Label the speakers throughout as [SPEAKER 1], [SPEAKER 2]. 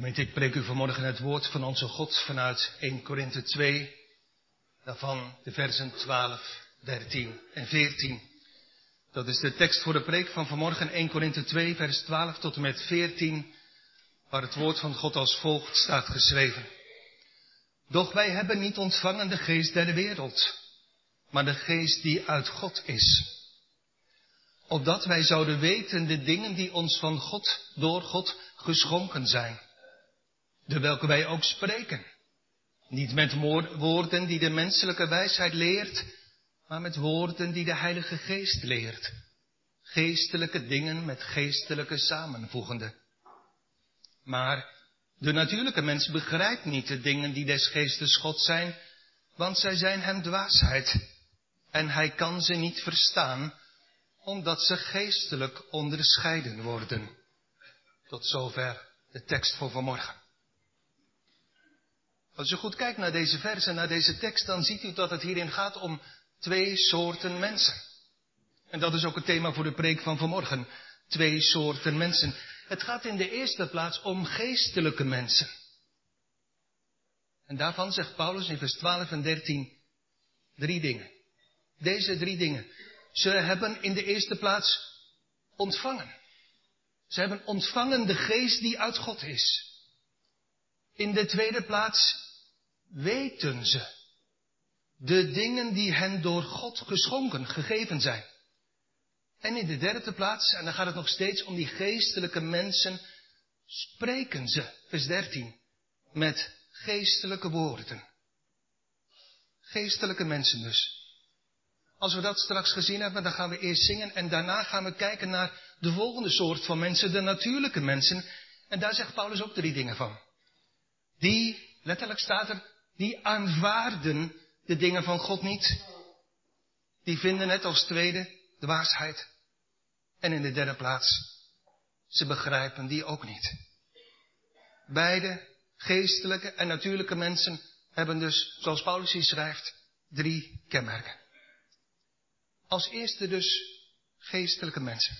[SPEAKER 1] Gemeente, ik preek u vanmorgen het woord van onze God vanuit 1 Korinthe 2, daarvan de versen 12, 13 en 14. Dat is de tekst voor de preek van vanmorgen, 1 Korinthe 2, vers 12 tot en met 14, waar het woord van God als volgt staat geschreven. Doch wij hebben niet ontvangen de geest der wereld, maar de geest die uit God is. Opdat wij zouden weten de dingen die ons van God, door God geschonken zijn. De welke wij ook spreken. Niet met woorden die de menselijke wijsheid leert, maar met woorden die de Heilige Geest leert. Geestelijke dingen met geestelijke samenvoegende. Maar de natuurlijke mens begrijpt niet de dingen die des geestes God zijn, want zij zijn hem dwaasheid. En hij kan ze niet verstaan, omdat ze geestelijk onderscheiden worden. Tot zover de tekst voor vanmorgen. Als u goed kijkt naar deze versen, naar deze tekst, dan ziet u dat het hierin gaat om twee soorten mensen. En dat is ook het thema voor de preek van vanmorgen. Twee soorten mensen. Het gaat in de eerste plaats om geestelijke mensen. En daarvan zegt Paulus in vers 12 en 13 drie dingen. Deze drie dingen. Ze hebben in de eerste plaats ontvangen. Ze hebben ontvangen de geest die uit God is. In de tweede plaats weten ze de dingen die hen door God geschonken, gegeven zijn. En in de derde plaats, en dan gaat het nog steeds om die geestelijke mensen, spreken ze, vers 13, met geestelijke woorden. Geestelijke mensen dus. Als we dat straks gezien hebben, dan gaan we eerst zingen en daarna gaan we kijken naar de volgende soort van mensen, de natuurlijke mensen. En daar zegt Paulus ook drie dingen van. Die, letterlijk staat er, die aanvaarden de dingen van God niet. Die vinden het als tweede dwaasheid. En in de derde plaats, ze begrijpen die ook niet. Beide geestelijke en natuurlijke mensen hebben dus, zoals Paulus hier schrijft, drie kenmerken. Als eerste dus geestelijke mensen.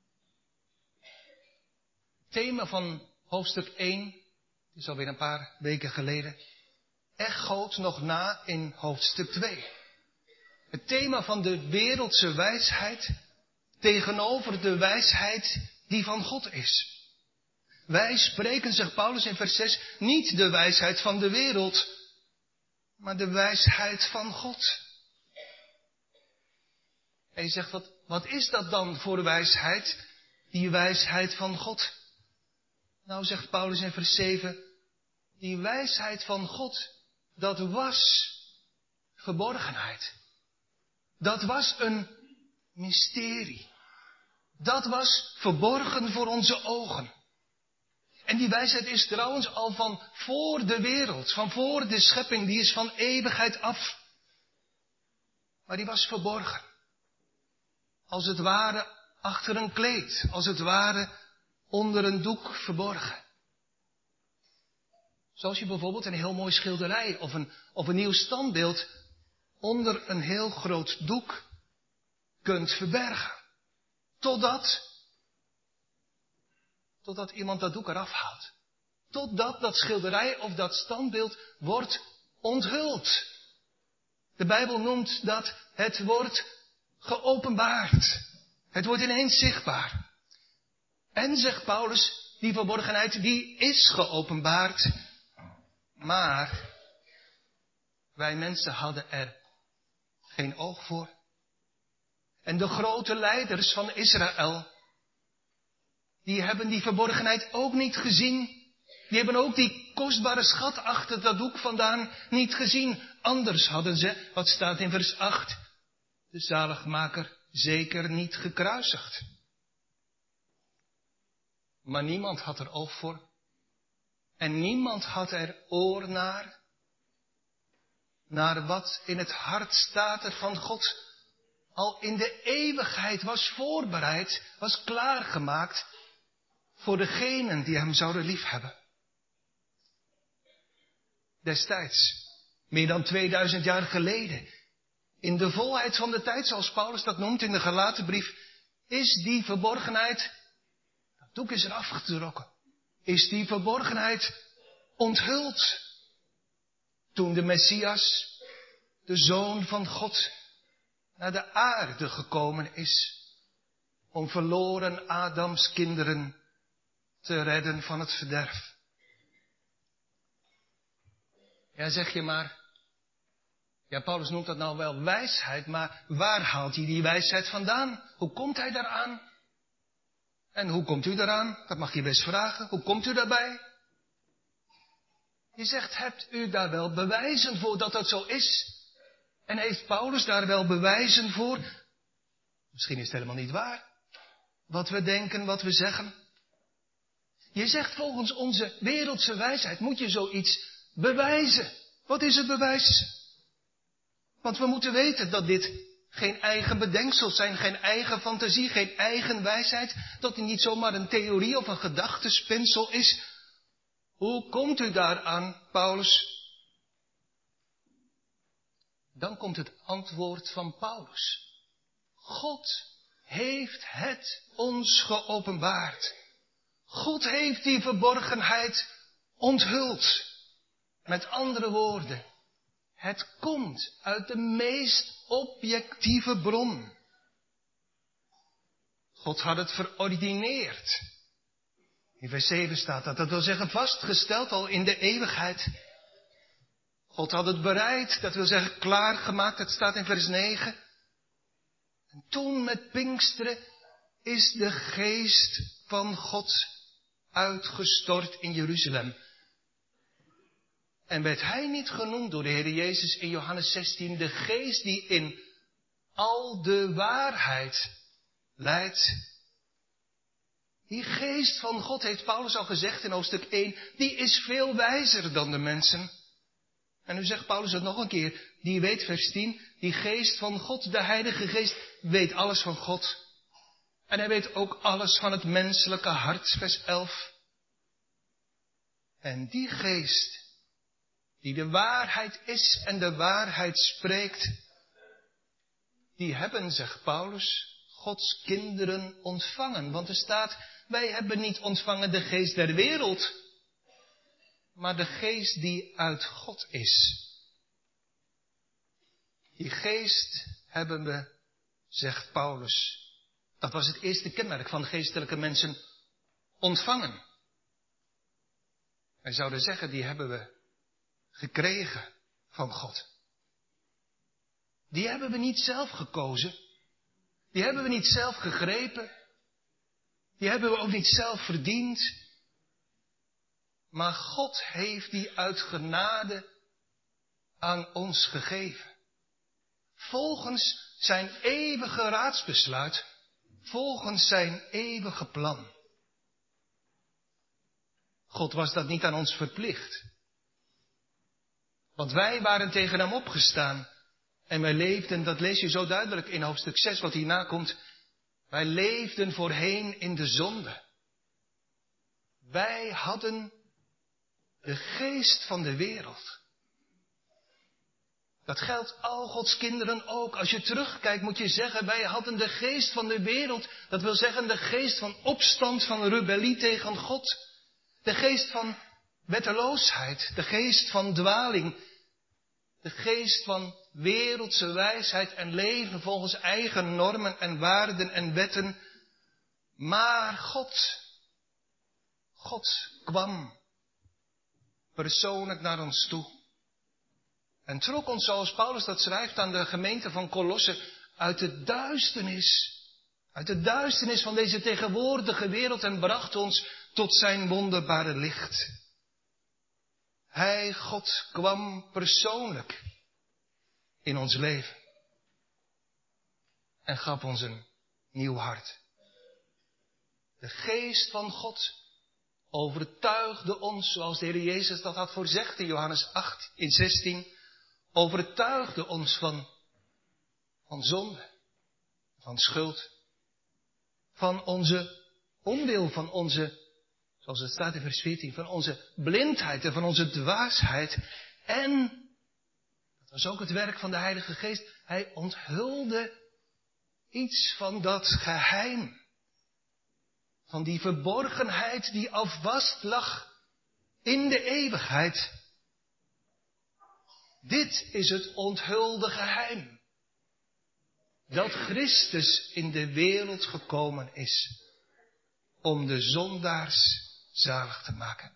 [SPEAKER 1] Het thema van hoofdstuk 1, het is alweer een paar weken geleden, echoot nog na in hoofdstuk 2. Het thema van de wereldse wijsheid tegenover de wijsheid die van God is. Wij spreken, zegt Paulus in vers 6, niet de wijsheid van de wereld, maar de wijsheid van God. En je zegt, wat is dat dan voor wijsheid? Die wijsheid van God. Nou, zegt Paulus in vers 7, die wijsheid van God, dat was verborgenheid. Dat was een mysterie. Dat was verborgen voor onze ogen. En die wijsheid is trouwens al van voor de wereld, van voor de schepping, die is van eeuwigheid af. Maar die was verborgen. Als het ware achter een kleed, als het ware onder een doek verborgen. Zoals je bijvoorbeeld een heel mooi schilderij of een nieuw standbeeld onder een heel groot doek kunt verbergen. Totdat iemand dat doek eraf haalt. Totdat dat schilderij of dat standbeeld wordt onthuld. De Bijbel noemt dat het wordt geopenbaard. Het wordt ineens zichtbaar. En, zegt Paulus, die verborgenheid die is geopenbaard. Maar wij mensen hadden er geen oog voor. En de grote leiders van Israël, die hebben die verborgenheid ook niet gezien. Die hebben ook die kostbare schat achter dat doek vandaan niet gezien. Anders hadden ze, wat staat in vers 8, de zaligmaker zeker niet gekruisigd. Maar niemand had er oog voor. En niemand had er oor naar wat in het hart staat er van God al in de eeuwigheid was voorbereid, was klaargemaakt voor degenen die hem zouden liefhebben. Destijds, meer dan 2000 jaar geleden, in de volheid van de tijd, zoals Paulus dat noemt in de Galatenbrief, is die verborgenheid, dat doek is er afgetrokken. is die verborgenheid onthuld. Toen de Messias, de Zoon van God, naar de aarde gekomen is om verloren Adams kinderen te redden van het verderf. Ja, zeg je maar, ja, Paulus noemt dat nou wel wijsheid, maar waar haalt hij die wijsheid vandaan? Hoe komt hij daaraan? En hoe komt u daaraan? Dat mag je best vragen. Hoe komt u daarbij? Je zegt, hebt u daar wel bewijzen voor dat dat zo is? En heeft Paulus daar wel bewijzen voor? Misschien is het helemaal niet waar. Wat we denken, wat we zeggen. Je zegt, volgens onze wereldse wijsheid moet je zoiets bewijzen. Wat is het bewijs? Want we moeten weten dat dit geen eigen bedenksels zijn, geen eigen fantasie, geen eigen wijsheid. Dat het niet zomaar een theorie of een gedachtespinsel is. Hoe komt u daaraan, Paulus? Dan komt het antwoord van Paulus. God heeft het ons geopenbaard. God heeft die verborgenheid onthuld. Met andere woorden, het komt uit de meest objectieve bron. God had het verordineerd. In vers 7 staat dat. Dat wil zeggen vastgesteld al in de eeuwigheid. God had het bereid, dat wil zeggen klaargemaakt. Dat staat in vers 9. En toen met Pinksteren is de geest van God uitgestort in Jeruzalem. En werd hij niet genoemd door de Heer Jezus in Johannes 16, de geest die in al de waarheid leidt. Die geest van God, heeft Paulus al gezegd in hoofdstuk 1, die is veel wijzer dan de mensen. En nu zegt Paulus het nog een keer, die weet, vers 10, die geest van God, de Heilige Geest, weet alles van God. En hij weet ook alles van het menselijke hart, vers 11. En die geest, die de waarheid is en de waarheid spreekt, die hebben, zegt Paulus, Gods kinderen ontvangen. Want er staat, wij hebben niet ontvangen de geest der wereld, maar de geest die uit God is. Die geest hebben we, zegt Paulus, dat was het eerste kenmerk van geestelijke mensen, ontvangen. Wij zouden zeggen, die hebben we gekregen van God. Die hebben we niet zelf gekozen. Die hebben we niet zelf gegrepen. Die hebben we ook niet zelf verdiend. Maar God heeft die uit genade aan ons gegeven. Volgens zijn eeuwige raadsbesluit. Volgens zijn eeuwige plan. God was dat niet aan ons verplicht. Want wij waren tegen hem opgestaan. En wij leefden, dat lees je zo duidelijk in hoofdstuk 6 wat hierna komt. Wij leefden voorheen in de zonde. Wij hadden de geest van de wereld. Dat geldt al Gods kinderen ook. Als je terugkijkt moet je zeggen, wij hadden de geest van de wereld. Dat wil zeggen de geest van opstand, van rebellie tegen God. De geest van wetteloosheid, de geest van dwaling. De geest van wereldse wijsheid en leven volgens eigen normen en waarden en wetten. Maar God kwam persoonlijk naar ons toe. En trok ons, zoals Paulus dat schrijft aan de gemeente van Kolosse, uit de duisternis van deze tegenwoordige wereld en bracht ons tot zijn wonderbare licht. Hij, God, kwam persoonlijk in ons leven en gaf ons een nieuw hart. De geest van God overtuigde ons, zoals de Heer Jezus dat had voorzegd in Johannes 8, in 16, overtuigde ons van zonde, van schuld, van onze onwil, van onze, zoals het staat in vers 14, van onze blindheid en van onze dwaasheid. En, dat was ook het werk van de Heilige Geest, hij onthulde iets van dat geheim van die verborgenheid die alvast lag in de eeuwigheid. Dit is het onthulde geheim. Dat Christus in de wereld gekomen is om de zondaars zalig te maken.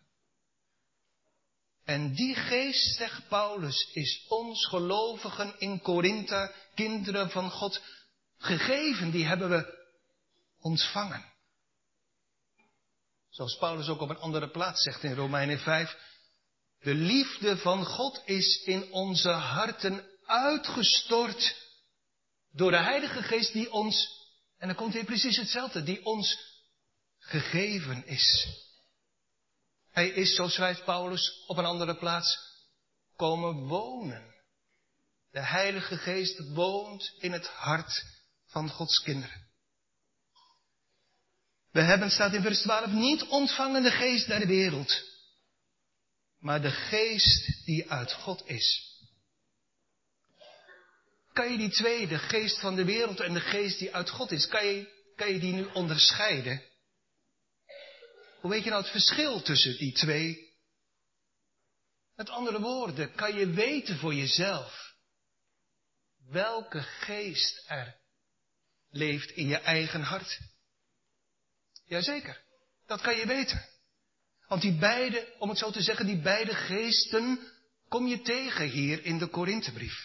[SPEAKER 1] En die geest, zegt Paulus, is ons gelovigen in Korinthe, kinderen van God, gegeven. Die hebben we ontvangen. Zoals Paulus ook op een andere plaats zegt in Romeinen 5. De liefde van God is in onze harten uitgestort door de Heilige Geest die ons, en dan komt weer precies hetzelfde, die ons gegeven is. Hij is, zo schrijft Paulus op een andere plaats, komen wonen. De Heilige Geest woont in het hart van Gods kinderen. We hebben, staat in vers 12, niet ontvangen de geest naar de wereld, maar de geest die uit God is. Kan je die twee, de geest van de wereld en de geest die uit God is, kan je die nu onderscheiden? Hoe weet je nou het verschil tussen die twee? Met andere woorden, kan je weten voor jezelf welke geest er leeft in je eigen hart? Jazeker, dat kan je weten. Want die beide, om het zo te zeggen, die beide geesten kom je tegen hier in de Korinthebrief.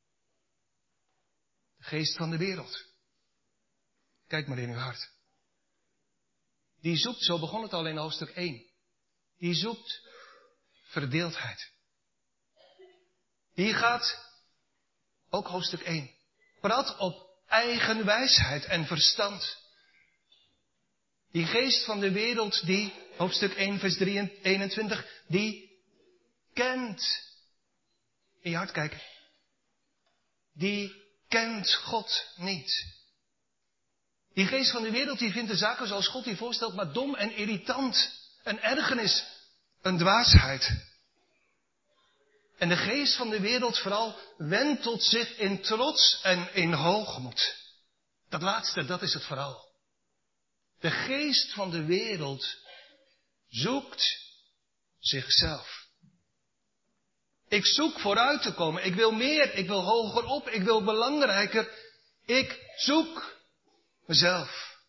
[SPEAKER 1] De geest van de wereld. Kijk maar in uw hart. Die zoekt, zo begon het al in hoofdstuk 1. Die zoekt verdeeldheid. Die gaat, ook hoofdstuk 1, prat op eigen wijsheid en verstand. Die geest van de wereld, die, hoofdstuk 1 vers 21, die kent, in je hart kijken, die kent God niet. Die geest van de wereld, die vindt de zaken zoals God die voorstelt maar dom en irritant, een ergernis, een dwaasheid. En de geest van de wereld vooral wentelt zich in trots en in hoogmoed. Dat laatste, dat is het vooral. De geest van de wereld zoekt zichzelf. Ik zoek vooruit te komen. Ik wil meer. Ik wil hoger op. Ik wil belangrijker. Ik zoek mezelf.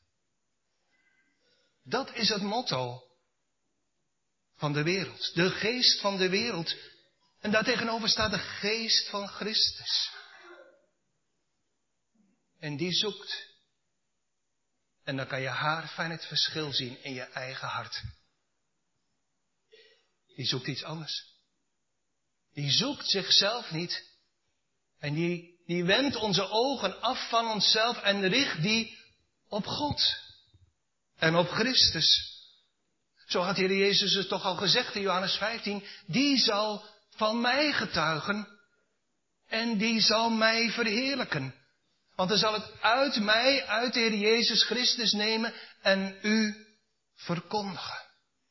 [SPEAKER 1] Dat is het motto van de wereld. De geest van de wereld. En daartegenover staat de geest van Christus. En die zoekt. En dan kan je haarfijn het verschil zien in je eigen hart. Die zoekt iets anders. Die zoekt zichzelf niet. En die wendt onze ogen af van onszelf en richt die op God. En op Christus. Zo had de Heer Jezus het toch al gezegd in Johannes 15. Die zal van mij getuigen. En die zal mij verheerlijken. Want dan zal het uit mij, uit de Heer Jezus Christus nemen en u verkondigen.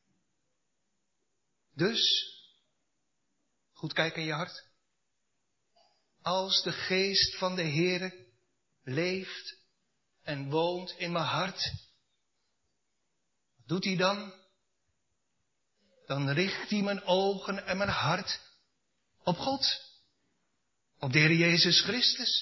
[SPEAKER 1] Dus, goed kijken in je hart. Als de geest van de Heere leeft en woont in mijn hart, wat doet hij dan? Dan richt hij mijn ogen en mijn hart op God. Op de Heer Jezus Christus.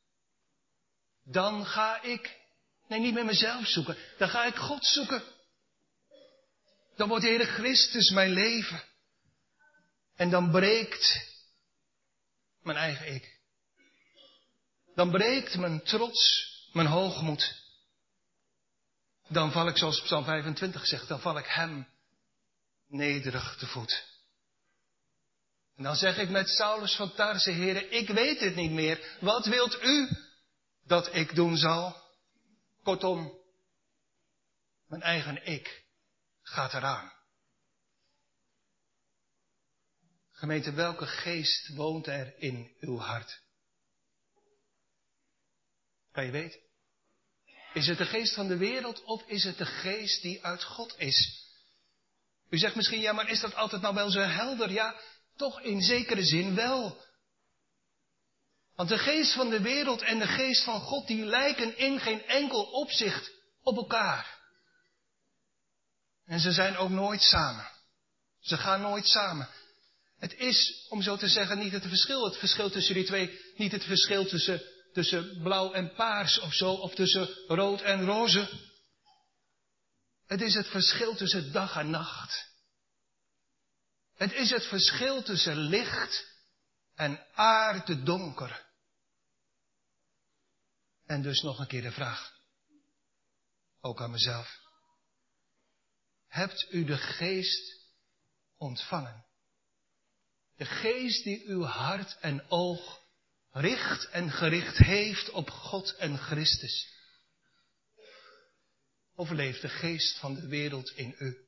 [SPEAKER 1] Dan ga ik, niet meer mezelf zoeken, dan ga ik God zoeken. Dan wordt de Heer Christus mijn leven. En dan breekt mijn eigen ik. Dan breekt mijn trots, mijn hoogmoed. Dan val ik, zoals Psalm 25 zegt, dan val ik hem nederig te voet. En dan zeg ik met Saulus van Tarse, Heere, ik weet het niet meer. Wat wilt u dat ik doen zal? Kortom, mijn eigen ik gaat eraan. Gemeente, welke geest woont er in uw hart? Kan je weten? Is het de geest van de wereld of is het de geest die uit God is? U zegt misschien, ja, maar is dat altijd nou wel zo helder? Ja, toch in zekere zin wel. Want de geest van de wereld en de geest van God, die lijken in geen enkel opzicht op elkaar. En ze zijn ook nooit samen. Ze gaan nooit samen. Het is, om zo te zeggen, niet het verschil tussen die twee, niet het verschil tussen blauw en paars of zo, of tussen rood en roze. Het is het verschil tussen dag en nacht. Het is het verschil tussen licht en aardedonker. En dus nog een keer de vraag, ook aan mezelf. Hebt u de geest ontvangen? De geest die uw hart en oog richt en gericht heeft op God en Christus. Of leeft de geest van de wereld in u?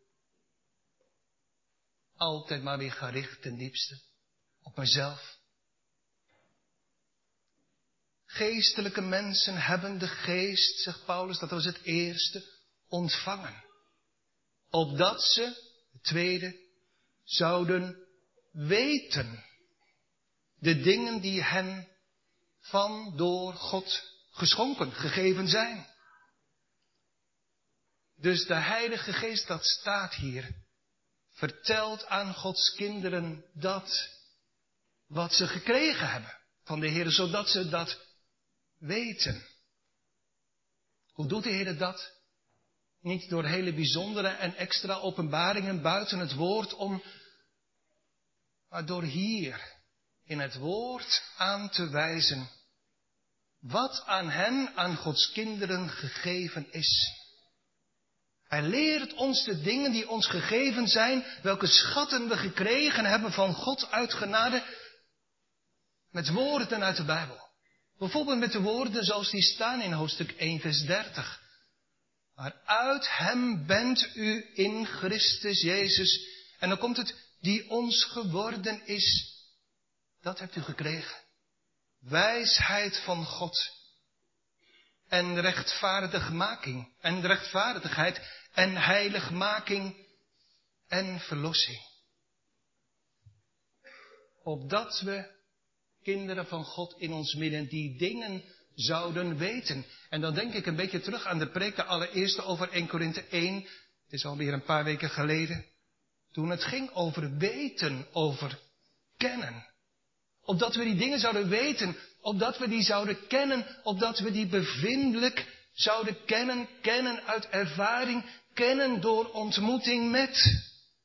[SPEAKER 1] Altijd maar weer gericht ten diepste op mezelf. Geestelijke mensen hebben de geest, zegt Paulus, dat was het eerste, ontvangen. Opdat ze, het tweede, zouden weten de dingen die hen van door God geschonken, gegeven zijn. Dus de Heilige Geest, dat staat hier, vertelt aan Gods kinderen dat wat ze gekregen hebben van de Heer, zodat ze dat weten. Hoe doet de Heer dat? Niet door hele bijzondere en extra openbaringen buiten het woord om, maar door hier in het woord aan te wijzen wat aan hen, aan Gods kinderen gegeven is. Hij leert ons de dingen die ons gegeven zijn, welke schatten we gekregen hebben van God uit genade, met woorden uit de Bijbel. Bijvoorbeeld met de woorden zoals die staan in hoofdstuk 1 vers 30. Maar uit hem bent u in Christus Jezus. En dan komt het, die ons geworden is. Dat hebt u gekregen. Wijsheid van God. En rechtvaardigmaking. En rechtvaardigheid. En heiligmaking. En verlossing. Opdat we, kinderen van God in ons midden, die dingen zouden weten. En dan denk ik een beetje terug aan de preek, de allereerste over 1 Korinthe 1. Het is alweer een paar weken geleden. Toen het ging over weten, over kennen. Opdat we die dingen zouden weten, opdat we die zouden kennen, opdat we die bevindelijk zouden kennen. Kennen uit ervaring, kennen door ontmoeting met.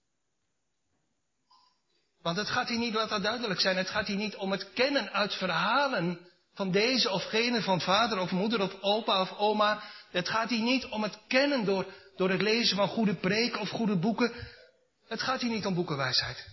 [SPEAKER 1] Want het gaat hier niet, laat dat duidelijk zijn, het gaat hier niet om het kennen uit verhalen van deze of gene, van vader of moeder of opa of oma. Het gaat hier niet om het kennen door het lezen van goede preken of goede boeken. Het gaat hier niet om boekenwijsheid.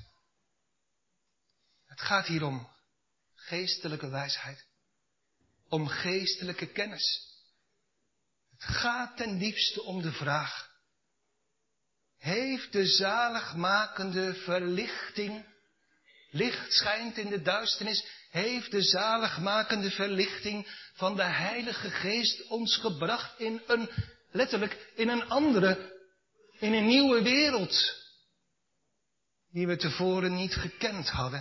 [SPEAKER 1] Het gaat hier om geestelijke wijsheid. Om geestelijke kennis. Het gaat ten diepste om de vraag. Heeft de zaligmakende verlichting, licht schijnt in de duisternis, heeft de zaligmakende verlichting van de Heilige Geest ons gebracht in een, letterlijk, in een andere, in een nieuwe wereld, die we tevoren niet gekend hadden.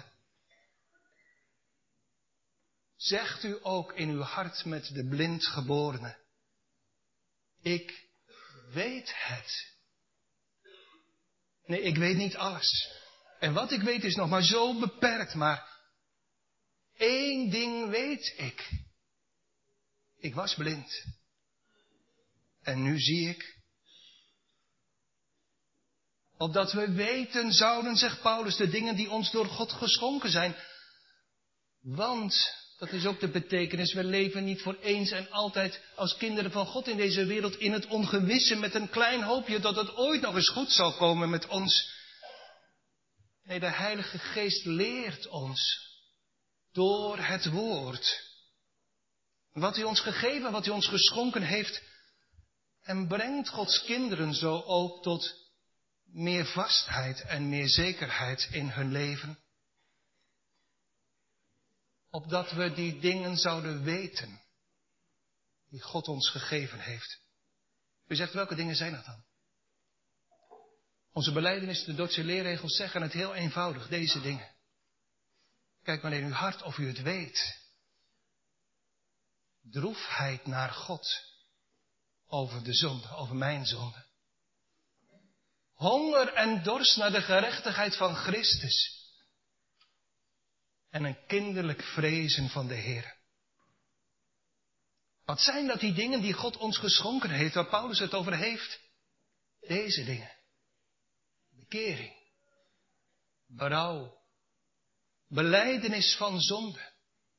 [SPEAKER 1] Zegt u ook in uw hart met de blindgeborene, ik weet het. Nee, ik weet niet alles. En wat ik weet is nog maar zo beperkt, maar één ding weet ik. Ik was blind. En nu zie ik. Opdat we weten zouden, zegt Paulus, de dingen die ons door God geschonken zijn. Want, dat is ook de betekenis, we leven niet voor eens en altijd als kinderen van God in deze wereld in het ongewisse met een klein hoopje dat het ooit nog eens goed zal komen met ons. Nee, de Heilige Geest leert ons door het woord. Wat hij ons gegeven, wat hij ons geschonken heeft. En brengt Gods kinderen zo ook tot meer vastheid en meer zekerheid in hun leven. Opdat we die dingen zouden weten die God ons gegeven heeft. U zegt, welke dingen zijn dat dan? Onze belijdenis, de Dordtse leerregels zeggen het heel eenvoudig, deze dingen. Kijk maar in uw hart of u het weet. Droefheid naar God over de zonde, over mijn zonde. Honger en dorst naar de gerechtigheid van Christus. En een kinderlijk vrezen van de Heer. Wat zijn dat die dingen die God ons geschonken heeft, waar Paulus het over heeft? Deze dingen. Bekering. Berouw. Belijdenis van zonde.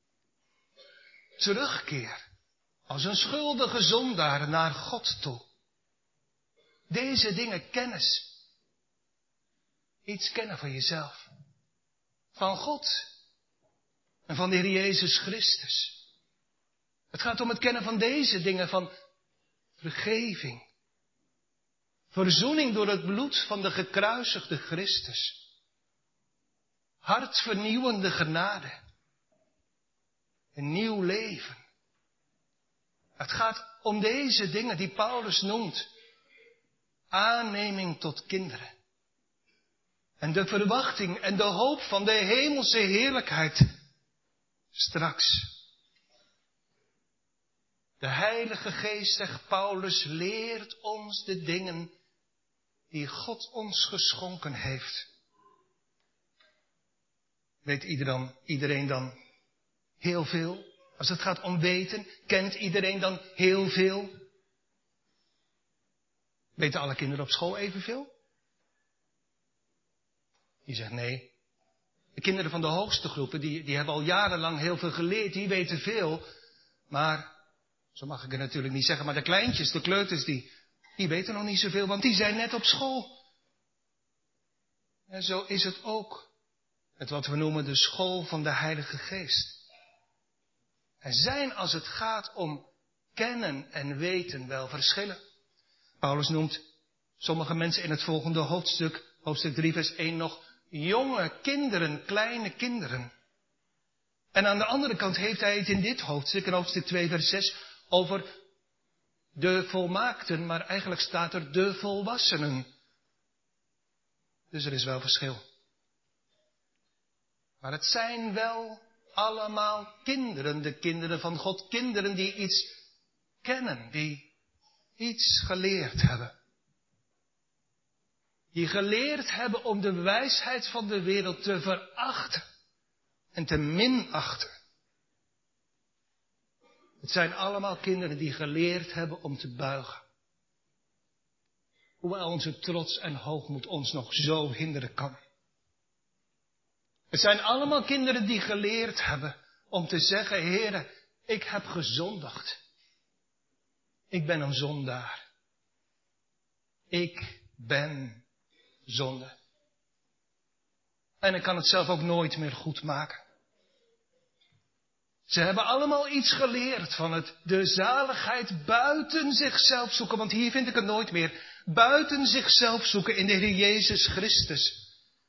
[SPEAKER 1] Terugkeer. Als een schuldige zondaar naar God toe. Deze dingen, kennis. Iets kennen van jezelf. Van God. En van de Heer Jezus Christus. Het gaat om het kennen van deze dingen, van vergeving. Verzoening door het bloed van de gekruisigde Christus. Hartvernieuwende genade. Een nieuw leven. Het gaat om deze dingen die Paulus noemt. Aanneming tot kinderen. En de verwachting en de hoop van de hemelse heerlijkheid. Straks. De Heilige Geest, zegt Paulus, leert ons de dingen die God ons geschonken heeft. Weet iedereen dan heel veel? Als het gaat om weten, kent iedereen dan heel veel? Weten alle kinderen op school evenveel? Je zegt nee. De kinderen van de hoogste groepen, die hebben al jarenlang heel veel geleerd, die weten veel. Maar, zo mag ik het natuurlijk niet zeggen, maar de kleintjes, de kleuters, die weten nog niet zoveel, want die zijn net op school. En zo is het ook met wat we noemen de school van de Heilige Geest. Er zijn, als het gaat om kennen en weten, wel verschillen. Paulus noemt sommige mensen in het volgende hoofdstuk 3 vers 1 nog jonge kinderen, kleine kinderen. En aan de andere kant heeft hij het in dit hoofdstuk, in hoofdstuk 2 vers 6, over de volmaakten, maar eigenlijk staat er de volwassenen. Dus er is wel verschil. Maar het zijn wel allemaal kinderen, de kinderen van God, kinderen die iets kennen, die iets geleerd hebben. Die geleerd hebben om de wijsheid van de wereld te verachten en te minachten. Het zijn allemaal kinderen die geleerd hebben om te buigen. Hoewel onze trots en hoogmoed ons nog zo hinderen kan. Het zijn allemaal kinderen die geleerd hebben om te zeggen, Heere, ik heb gezondigd. Ik ben een zondaar. Ik ben zonde. En ik kan het zelf ook nooit meer goed maken. Ze hebben allemaal iets geleerd van de zaligheid buiten zichzelf zoeken. Want hier vind ik het nooit meer. Buiten zichzelf zoeken in de Heer Jezus Christus.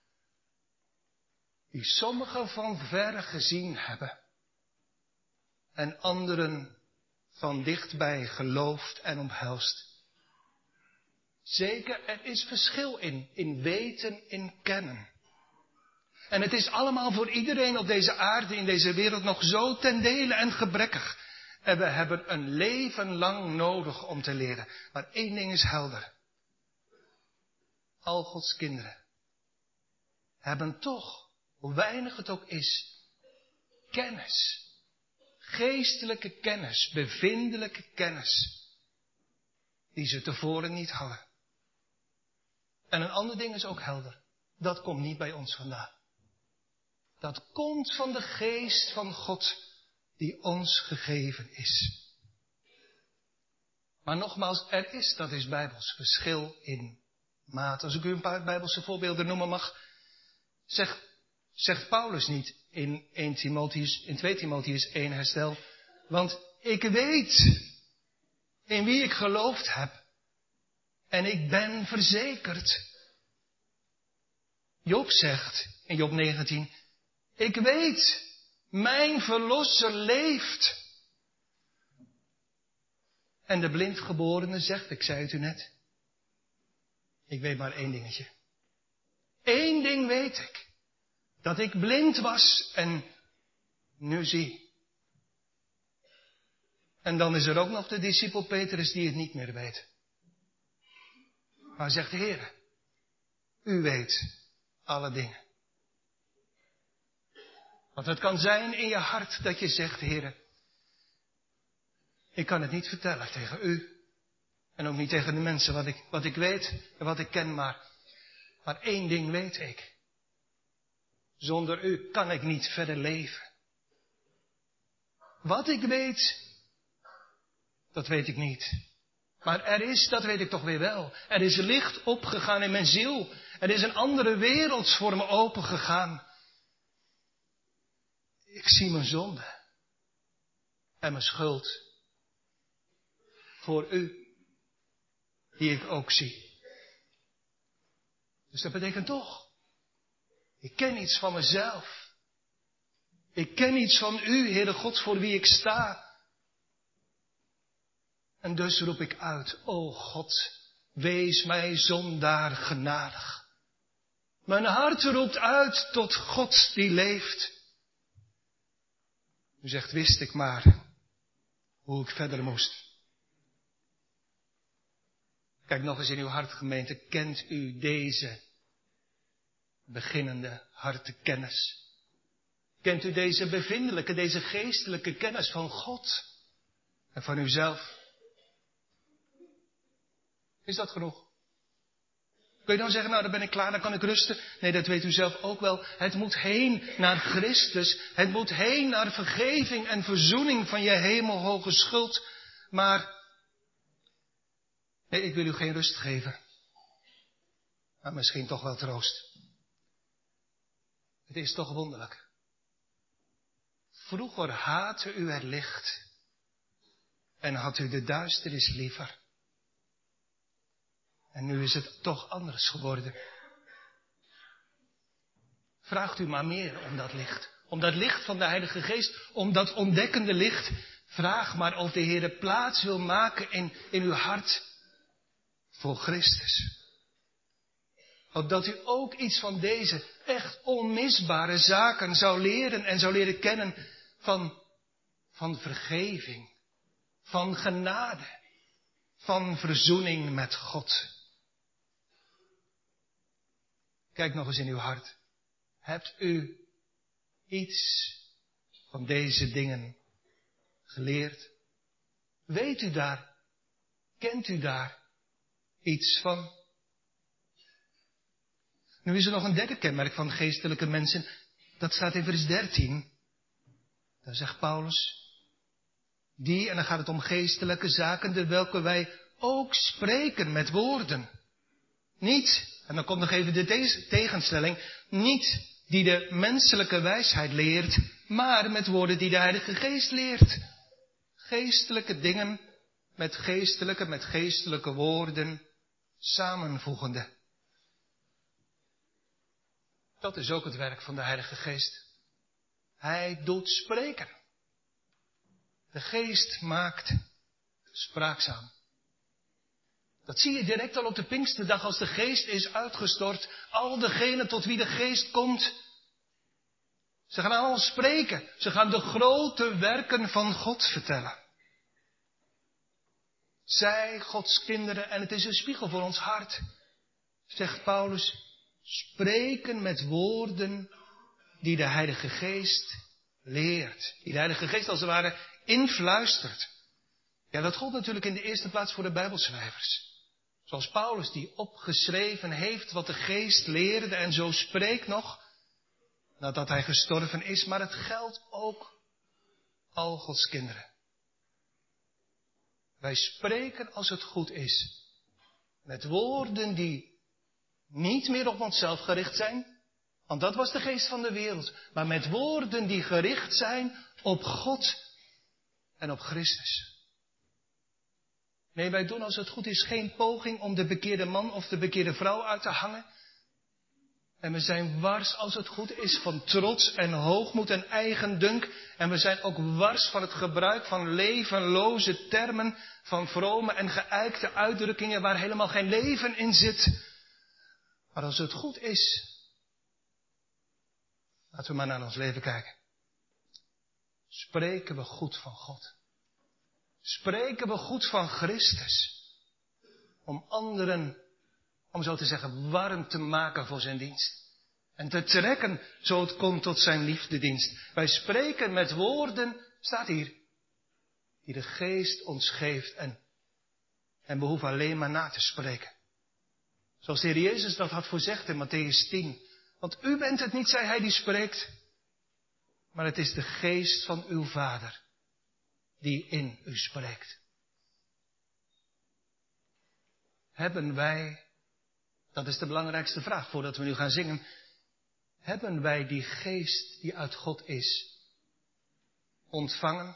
[SPEAKER 1] Die sommigen van verre gezien hebben. En anderen van dichtbij geloofd en omhelst. Zeker, er is verschil in weten, in kennen. En het is allemaal voor iedereen op deze aarde, in deze wereld, nog zo ten dele en gebrekkig. En we hebben een leven lang nodig om te leren. Maar één ding is helder. Al Gods kinderen hebben toch, hoe weinig het ook is, kennis. Geestelijke kennis, bevindelijke kennis. Die ze tevoren niet hadden. En een ander ding is ook helder. Dat komt niet bij ons vandaan. Dat komt van de geest van God die ons gegeven is. Maar nogmaals, dat is bijbels verschil in maat. Als ik u een paar bijbelse voorbeelden noemen mag, zegt Paulus niet in 2 Timotheüs 1 herstel. Want ik weet in wie ik geloofd heb. En ik ben verzekerd. Job zegt in Job 19. Ik weet, mijn verlosser leeft. En de blindgeborene zegt, ik zei het u net. Ik weet maar één dingetje. Eén ding weet ik. Dat ik blind was en nu zie. En dan is er ook nog de discipel Petrus die het niet meer weet. Maar zegt de Heer, U weet alle dingen. Want het kan zijn in je hart dat je zegt, Heere, ik kan het niet vertellen tegen u. En ook niet tegen de mensen wat ik weet en wat ik ken, maar één ding weet ik. Zonder u kan ik niet verder leven. Wat ik weet, dat weet ik niet. Maar er is, dat weet ik toch weer wel. Er is licht opgegaan in mijn ziel. Er is een andere wereld voor me opengegaan. Ik zie mijn zonde en mijn schuld voor u, die ik ook zie. Dus dat betekent toch, ik ken iets van mezelf. Ik ken iets van u, Heere God, voor wie ik sta. En dus roep ik uit, o God, wees mij zondaar genadig. Mijn hart roept uit tot God die leeft. U zegt, wist ik maar hoe ik verder moest. Kijk nog eens in uw hart, gemeente, kent u deze beginnende hartekennis? Kent u deze bevindelijke, deze geestelijke kennis van God en van uzelf? Is dat genoeg? Kun je dan zeggen, nou dan ben ik klaar, dan kan ik rusten? Nee, dat weet u zelf ook wel. Het moet heen naar Christus. Het moet heen naar vergeving en verzoening van je hemelhoge schuld. Maar, nee, ik wil u geen rust geven. Maar misschien toch wel troost. Het is toch wonderlijk. Vroeger haatte u het licht en had u de duisternis liever. En nu is het toch anders geworden. Vraagt u maar meer om dat licht. Om dat licht van de Heilige Geest, om dat ontdekkende licht. Vraag maar of de Heer plaats wil maken in uw hart voor Christus. Opdat u ook iets van deze echt onmisbare zaken zou leren en zou leren kennen van vergeving, van genade, van verzoening met God. Kijk nog eens in uw hart. Hebt u iets van deze dingen geleerd? Weet u daar? Kent u daar iets van? Nu is er nog een derde kenmerk van geestelijke mensen. Dat staat in vers 13. Daar zegt Paulus. Die, en dan gaat het om geestelijke zaken, de welke wij ook spreken met woorden. Niet, en dan komt nog even de tegenstelling, niet die de menselijke wijsheid leert, maar met woorden die de Heilige Geest leert. Geestelijke dingen met geestelijke woorden samenvoegende. Dat is ook het werk van de Heilige Geest. Hij doet spreken. De Geest maakt spraakzaam. Dat zie je direct al op de Pinksterdag als de Geest is uitgestort. Al degenen tot wie de Geest komt. Ze gaan allemaal spreken. Ze gaan de grote werken van God vertellen. Zij, Gods kinderen, en het is een spiegel voor ons hart, zegt Paulus, spreken met woorden die de Heilige Geest leert. Die de Heilige Geest als het ware influistert. Ja, dat gold natuurlijk in de eerste plaats voor de Bijbelschrijvers. Zoals Paulus die opgeschreven heeft wat de Geest leerde en zo spreekt nog nadat hij gestorven is. Maar het geldt ook al Gods kinderen. Wij spreken als het goed is met woorden die niet meer op onszelf gericht zijn. Want dat was de geest van de wereld. Maar met woorden die gericht zijn op God en op Christus. Nee, wij doen als het goed is geen poging om de bekeerde man of de bekeerde vrouw uit te hangen. En we zijn wars als het goed is van trots en hoogmoed en eigendunk. En we zijn ook wars van het gebruik van levenloze termen, van vrome en geijkte uitdrukkingen waar helemaal geen leven in zit. Maar als het goed is, laten we maar naar ons leven kijken. Spreken we goed van God? Spreken we goed van Christus? Om anderen om zo te zeggen, warm te maken voor zijn dienst. En te trekken, zo het komt, tot zijn liefdedienst. Wij spreken met woorden, staat hier, die de Geest ons geeft. En we hoeven alleen maar na te spreken. Zoals de Heer Jezus dat had voorzegd in Mattheüs 10. Want u bent het niet, zei hij, die spreekt. Maar het is de Geest van uw Vader die in u spreekt. Hebben wij, dat is de belangrijkste vraag voordat we nu gaan zingen. Hebben wij die Geest die uit God is ontvangen?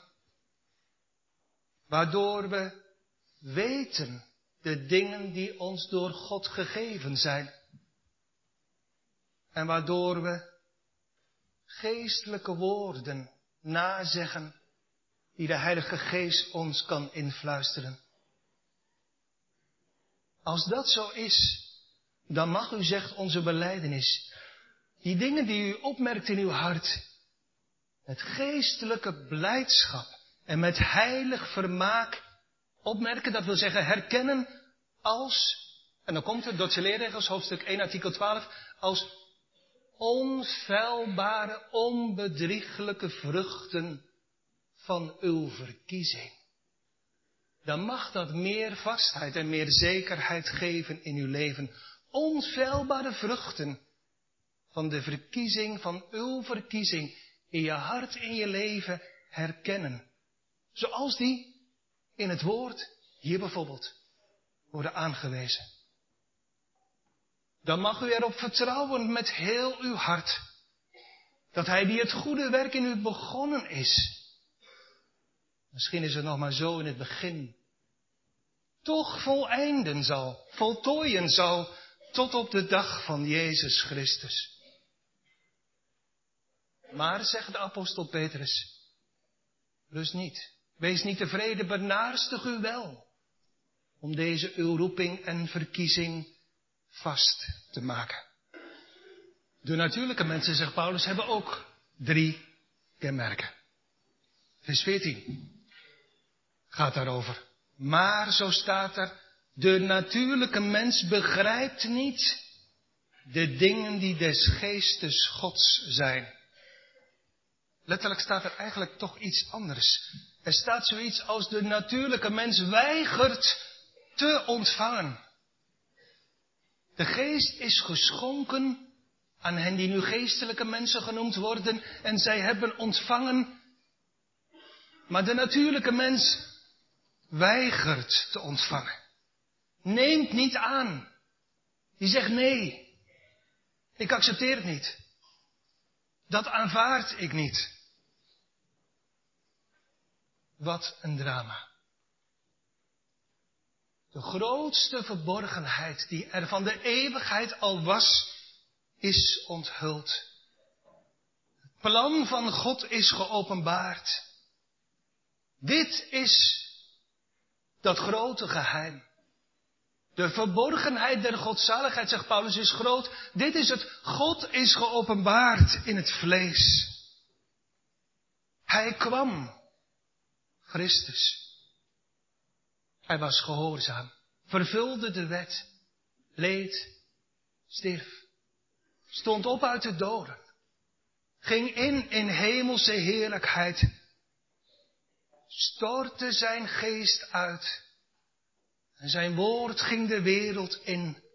[SPEAKER 1] Waardoor we weten de dingen die ons door God gegeven zijn. En waardoor we geestelijke woorden nazeggen die de Heilige Geest ons kan influisteren. Als dat zo is, dan mag u, zegt onze belijdenis, die dingen die u opmerkt in uw hart, met geestelijke blijdschap en met heilig vermaak opmerken, dat wil zeggen herkennen als, en dan komt het, Dordtse leerregels, hoofdstuk 1, artikel 12, als onfeilbare, onbedrieglijke vruchten van uw verkiezing. Dan mag dat meer vastheid en meer zekerheid geven in uw leven. Onfeilbare vruchten van de verkiezing, van uw verkiezing, in je hart, in je leven herkennen. Zoals die in het woord, hier bijvoorbeeld, worden aangewezen. Dan mag u erop vertrouwen met heel uw hart, dat hij die het goede werk in u begonnen is, misschien is het nog maar zo in het begin, toch voleinden zal, voltooien zal, tot op de dag van Jezus Christus. Maar, zegt de apostel Petrus, rust niet. Wees niet tevreden, benaarstig u wel, om deze uw roeping en verkiezing vast te maken. De natuurlijke mensen, zegt Paulus, hebben ook 3 kenmerken. Vers 14 gaat daarover. Maar, zo staat er, de natuurlijke mens begrijpt niet de dingen die des geestes Gods zijn. Letterlijk staat er eigenlijk toch iets anders. Er staat zoiets als de natuurlijke mens weigert te ontvangen. De geest is geschonken aan hen die nu geestelijke mensen genoemd worden en zij hebben ontvangen. Maar de natuurlijke mens weigert te ontvangen. Neemt niet aan. Die zegt nee. Ik accepteer het niet. Dat aanvaard ik niet. Wat een drama. De grootste verborgenheid die er van de eeuwigheid al was, is onthuld. Het plan van God is geopenbaard. Dit is dat grote geheim. De verborgenheid der godzaligheid, zegt Paulus, is groot. Dit is het. God is geopenbaard in het vlees. Hij kwam. Christus. Hij was gehoorzaam. Vervulde de wet. Leed. Stierf. Stond op uit de doden. Ging in hemelse heerlijkheid. Stortte zijn geest uit. En zijn woord ging de wereld in.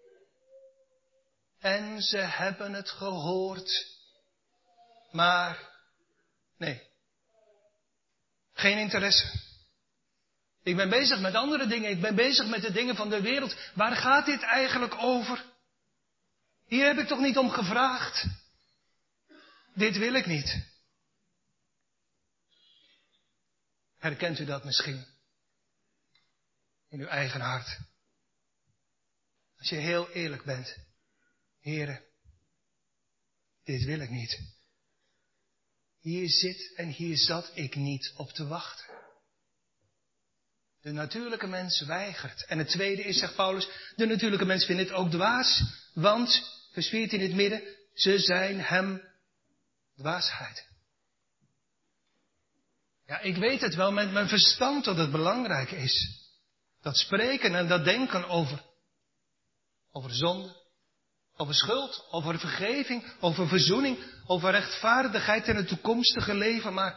[SPEAKER 1] En ze hebben het gehoord. Maar, nee. Geen interesse. Ik ben bezig met andere dingen. Ik ben bezig met de dingen van de wereld. Waar gaat dit eigenlijk over? Hier heb ik toch niet om gevraagd? Dit wil ik niet. Herkent u dat misschien? In uw eigen hart. Als je heel eerlijk bent. Heren, dit wil ik niet. Hier zit en hier zat ik niet op te wachten. De natuurlijke mens weigert. En het tweede is, zegt Paulus, de natuurlijke mens vindt het ook dwaas. Want, vers 14 in het midden, ze zijn hem dwaasheid. Ja, ik weet het wel met mijn verstand dat het belangrijk is. Dat spreken en dat denken over zonde, over schuld, over vergeving, over verzoening, over rechtvaardigheid en het toekomstige leven. Maar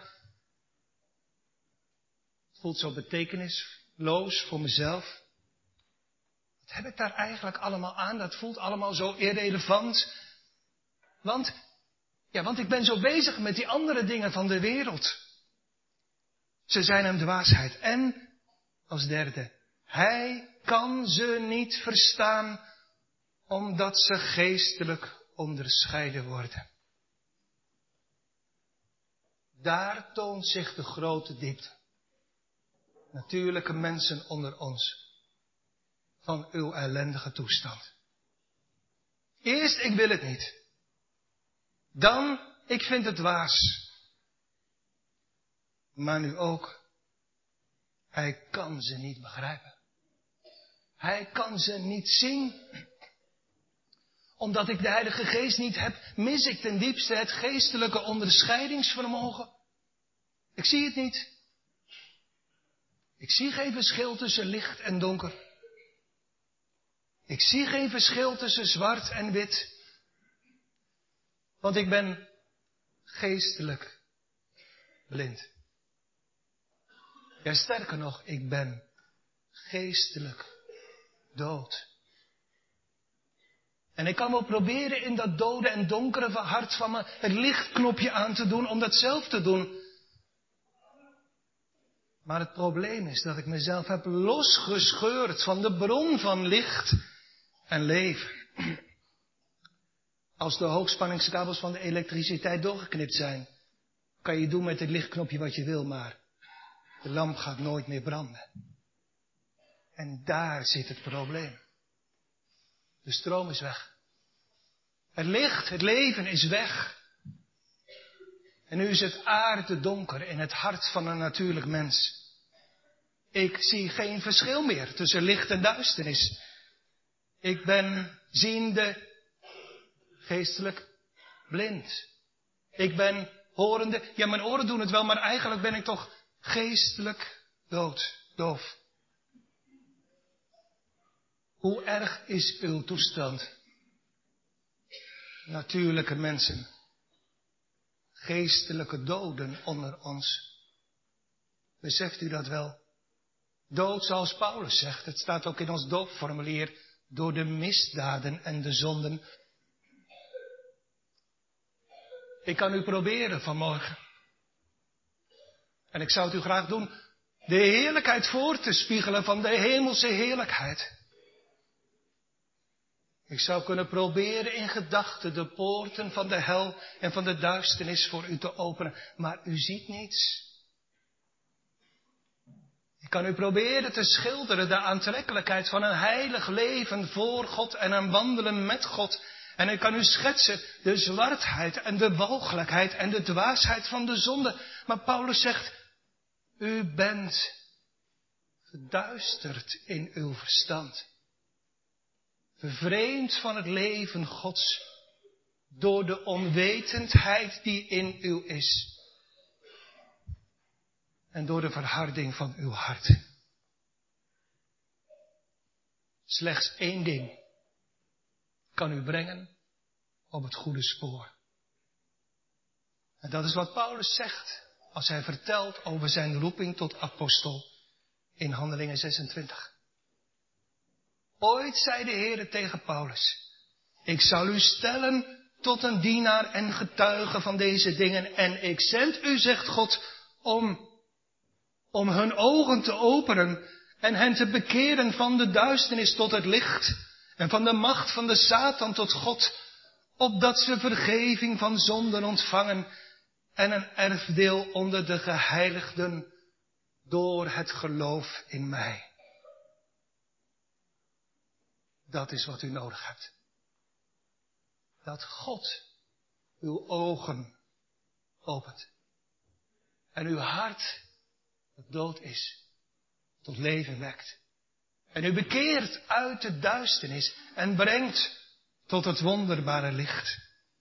[SPEAKER 1] het voelt zo betekenisloos voor mezelf. Wat heb ik daar eigenlijk allemaal aan? Dat voelt allemaal zo irrelevant. Want ik ben zo bezig met die andere dingen van de wereld. Ze zijn een dwaasheid. En als derde, hij kan ze niet verstaan, omdat ze geestelijk onderscheiden worden. Daar toont zich de grote diepte. Natuurlijke mensen onder ons. Van uw ellendige toestand. Eerst, ik wil het niet. Dan, ik vind het dwaas. Maar nu ook, hij kan ze niet begrijpen. Hij kan ze niet zien. Omdat ik de Heilige Geest niet heb, mis ik ten diepste het geestelijke onderscheidingsvermogen. Ik zie het niet. Ik zie geen verschil tussen licht en donker. Ik zie geen verschil tussen zwart en wit. Want ik ben geestelijk blind. Ja, sterker nog, ik ben geestelijk dood. En ik kan wel proberen in dat dode en donkere hart van me het lichtknopje aan te doen om dat zelf te doen. Maar het probleem is dat ik mezelf heb losgescheurd van de bron van licht en leven. Als de hoogspanningskabels van de elektriciteit doorgeknipt zijn, kan je doen met het lichtknopje wat je wil, maar de lamp gaat nooit meer branden. En daar zit het probleem. De stroom is weg. Het licht, het leven is weg. En nu is het aardedonker in het hart van een natuurlijk mens. Ik zie geen verschil meer tussen licht en duisternis. Ik ben ziende, geestelijk blind. Ik ben horende, ja, mijn oren doen het wel, maar eigenlijk ben ik toch geestelijk doof. Hoe erg is uw toestand? Natuurlijke mensen, geestelijke doden onder ons. Beseft u dat wel? Dood zoals Paulus zegt, het staat ook in ons doopformulier, door de misdaden en de zonden. Ik kan u proberen vanmorgen. En ik zou het u graag doen, de heerlijkheid voor te spiegelen van de hemelse heerlijkheid. Ik zou kunnen proberen in gedachten de poorten van de hel en van de duisternis voor u te openen. Maar u ziet niets. Ik kan u proberen te schilderen de aantrekkelijkheid van een heilig leven voor God en een wandelen met God. En ik kan u schetsen de zwartheid en de walgelijkheid en de dwaasheid van de zonde. Maar Paulus zegt, u bent verduisterd in uw verstand. Vervreemd van het leven Gods door de onwetendheid die in u is. En door de verharding van uw hart. Slechts één ding kan u brengen op het goede spoor. En dat is wat Paulus zegt als hij vertelt over zijn roeping tot apostel in Handelingen 26. Ooit zei de Heere tegen Paulus, ik zal u stellen tot een dienaar en getuige van deze dingen en ik zend u, zegt God, om hun ogen te openen en hen te bekeren van de duisternis tot het licht en van de macht van de Satan tot God, opdat ze vergeving van zonden ontvangen en een erfdeel onder de geheiligden door het geloof in mij. Dat is wat u nodig hebt. Dat God uw ogen opent en uw hart, dat dood is, tot leven wekt. En u bekeert uit de duisternis en brengt tot het wonderbare licht.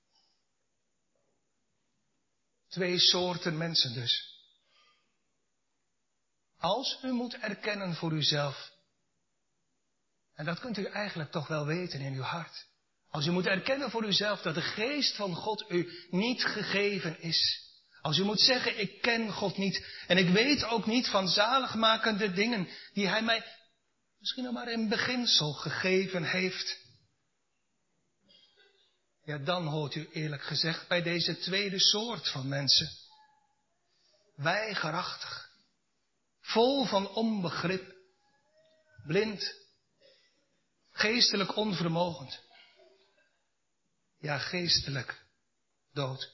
[SPEAKER 1] 2 soorten mensen dus. Als u moet erkennen voor uzelf En dat kunt u eigenlijk toch wel weten in uw hart. Als u moet erkennen voor uzelf dat de geest van God u niet gegeven is. Als u moet zeggen, ik ken God niet. En ik weet ook niet van zaligmakende dingen die hij mij misschien nog maar in beginsel gegeven heeft. Ja, dan hoort u eerlijk gezegd bij deze tweede soort van mensen. Weigerachtig. Vol van onbegrip. Blind. Geestelijk onvermogend. Ja, geestelijk dood.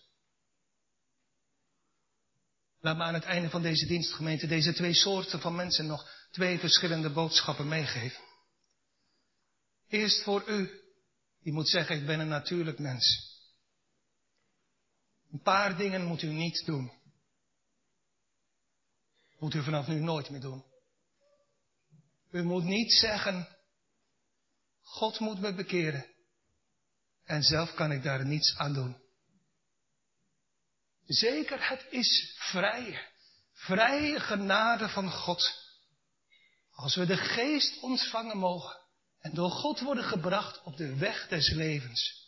[SPEAKER 1] Laat me aan het einde van deze dienstgemeente deze twee soorten van mensen nog twee verschillende boodschappen meegeven. Eerst voor u, die moet zeggen, ik ben een natuurlijk mens. Een paar dingen moet u niet doen. Moet u vanaf nu nooit meer doen. U moet niet zeggen, God moet me bekeren. En zelf kan ik daar niets aan doen. Zeker, het is vrije genade van God. Als we de geest ontvangen mogen en door God worden gebracht op de weg des levens.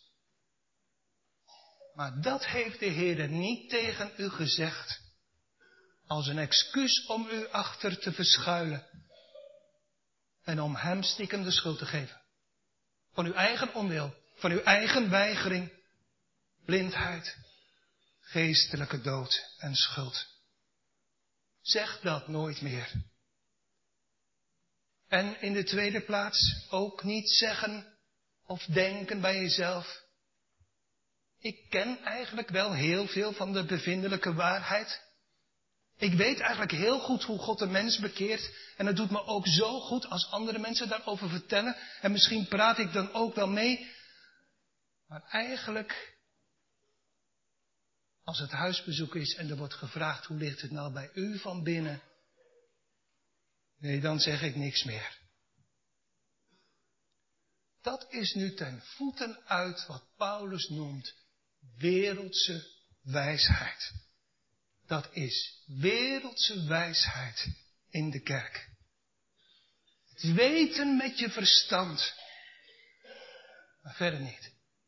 [SPEAKER 1] Maar dat heeft de Heer niet tegen u gezegd als een excuus om u achter te verschuilen en om hem stiekem de schuld te geven. Van uw eigen onwil, van uw eigen weigering, blindheid, geestelijke dood en schuld. Zeg dat nooit meer. En in de tweede plaats ook niet zeggen of denken bij jezelf. Ik ken eigenlijk wel heel veel van de bevindelijke waarheid. Ik weet eigenlijk heel goed hoe God de mens bekeert. En het doet me ook zo goed als andere mensen daarover vertellen. En misschien praat ik dan ook wel mee. Maar eigenlijk, als het huisbezoek is en er wordt gevraagd hoe ligt het nou bij u van binnen. Nee, dan zeg ik niks meer. Dat is nu ten voeten uit wat Paulus noemt wereldse wijsheid. Dat is wereldse wijsheid in de kerk. Het weten met je verstand. Maar verder niet.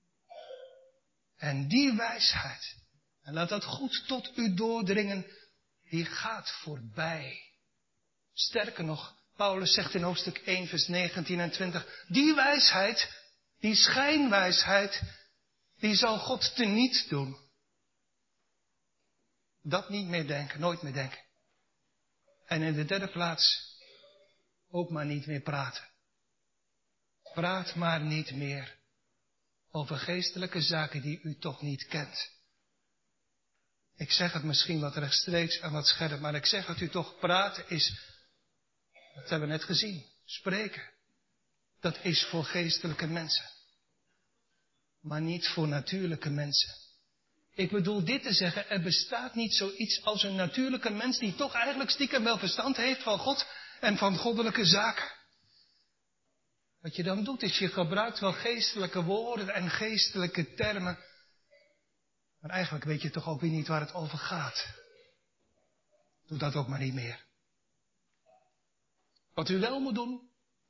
[SPEAKER 1] En die wijsheid, en laat dat goed tot u doordringen, die gaat voorbij. Sterker nog, Paulus zegt in hoofdstuk 1 vers 19 en 20, die wijsheid, die schijnwijsheid, die zal God teniet doen. Dat niet meer denken, nooit meer denken. En in de derde plaats, ook maar niet meer praten. Praat maar niet meer over geestelijke zaken die u toch niet kent. Ik zeg het misschien wat rechtstreeks en wat scherp, maar ik zeg het u toch, praten is, dat hebben we net gezien, spreken. Dat is voor geestelijke mensen. Maar niet voor natuurlijke mensen. Ik bedoel dit te zeggen, er bestaat niet zoiets als een natuurlijke mens die toch eigenlijk stiekem wel verstand heeft van God en van goddelijke zaken. Wat je dan doet is, je gebruikt wel geestelijke woorden en geestelijke termen. Maar eigenlijk weet je toch ook weer niet waar het over gaat. Doe dat ook maar niet meer. Wat u wel moet doen,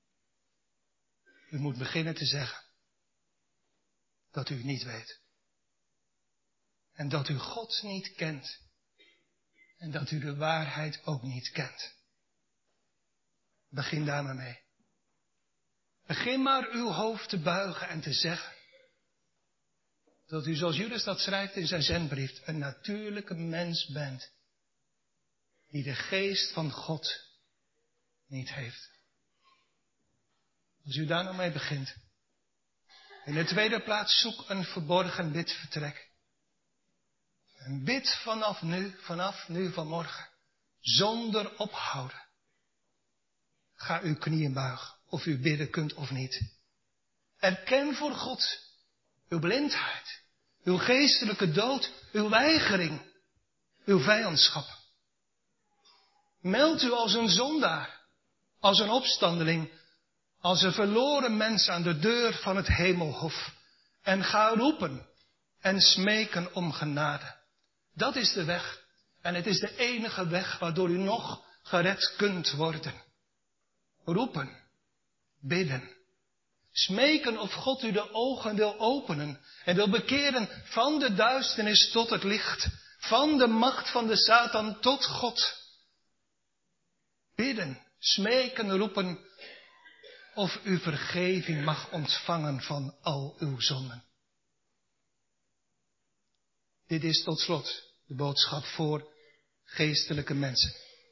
[SPEAKER 1] u moet beginnen te zeggen dat u het niet weet. En dat u God niet kent. En dat u de waarheid ook niet kent. Begin daar maar mee. Begin maar uw hoofd te buigen en te zeggen dat u, zoals Judas dat schrijft in zijn zendbrief, een natuurlijke mens bent die de geest van God niet heeft. Als u daar nou mee begint. In de tweede plaats zoek een verborgen bidvertrek. En bid vanaf nu vanmorgen, zonder ophouden. Ga uw knieën buigen, of u bidden kunt of niet. Erken voor God uw blindheid, uw geestelijke dood, uw weigering, uw vijandschap. Meld u als een zondaar, als een opstandeling, als een verloren mens aan de deur van het hemelhof. En ga roepen en smeken om genade. Dat is de weg. En het is de enige weg waardoor u nog gered kunt worden. Roepen, bidden Smeken of God u de ogen wil openen en wil bekeren van de duisternis tot het licht, van de macht van de Satan tot God. Bidden, smeken, roepen of u vergeving mag ontvangen van al uw zonden. Dit is tot slot de boodschap voor geestelijke mensen.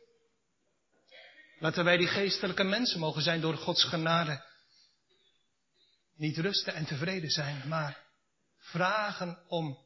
[SPEAKER 1] Laten wij die geestelijke mensen mogen zijn door Gods genade. Niet rusten en tevreden zijn, maar vragen om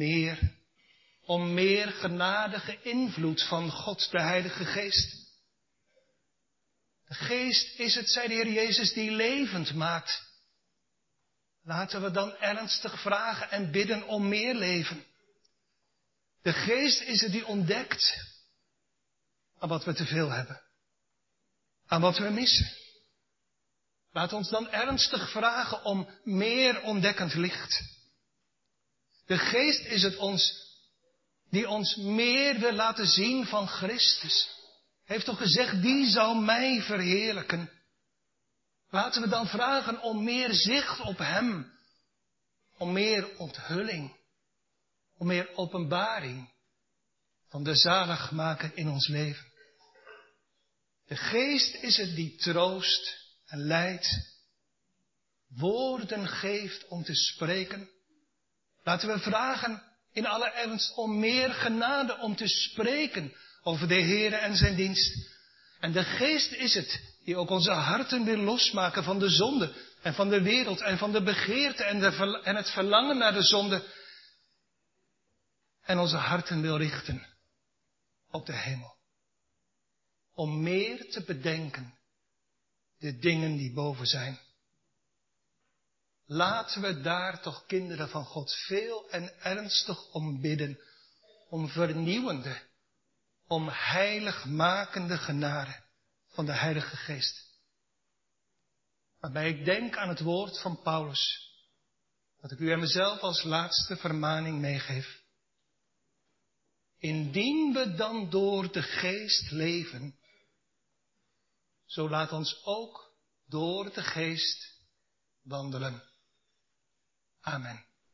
[SPEAKER 1] meer genadige invloed van God, de Heilige Geest. De Geest is het, zei de Heer Jezus, die levend maakt. Laten we dan ernstig vragen en bidden om meer leven. De Geest is het die ontdekt aan wat we te veel hebben, aan wat we missen. Laat ons dan ernstig vragen om meer ontdekkend licht. De Geest is het die ons meer wil laten zien van Christus. Hij heeft toch gezegd, die zal mij verheerlijken. Laten we dan vragen om meer zicht op Hem. Om meer onthulling. Om meer openbaring van de zaligmaker in ons leven. De Geest is het die troost en leidt, woorden geeft om te spreken. Laten we vragen in alle ernst om meer genade om te spreken over de Heere en zijn dienst. En de Geest is het die ook onze harten wil losmaken van de zonde en van de wereld en van de begeerte en het verlangen naar de zonde. En onze harten wil richten op de hemel. Om meer te bedenken de dingen die boven zijn. Laten we daar toch, kinderen van God, veel en ernstig om bidden. Om vernieuwende, om heiligmakende genade van de Heilige Geest. Waarbij ik denk aan het woord van Paulus, dat ik u en mezelf als laatste vermaning meegeef. Indien we dan door de Geest leven, zo laat ons ook door de Geest wandelen. Amen.